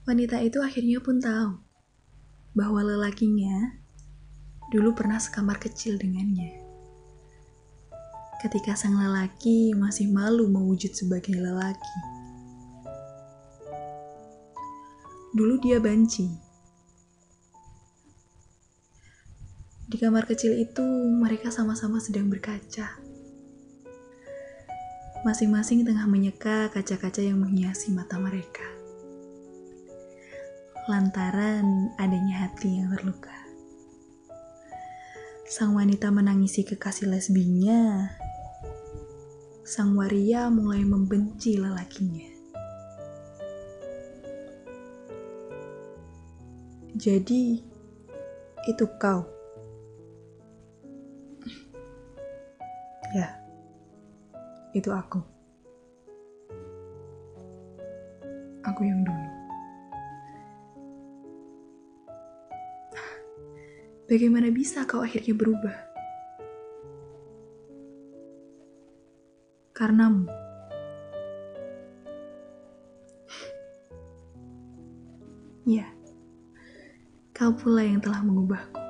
Wanita itu akhirnya pun tahu bahwa lelakinya dulu pernah sekamar kecil dengannya. Ketika sang lelaki masih malu mewujud sebagai lelaki. Dulu dia banci. Di kamar kecil itu mereka sama-sama sedang berkaca. Masing-masing tengah menyeka kaca-kaca yang menghiasi mata mereka. Lantaran adanya hati yang terluka. Sang wanita menangisi kekasih lesbinya. Sang waria mulai membenci lelakinya. Jadi, itu kau. Ya, itu aku. Aku yang dulu. Bagaimana bisa kau akhirnya berubah? Karenamu. Ya, kau pula yang telah mengubahku.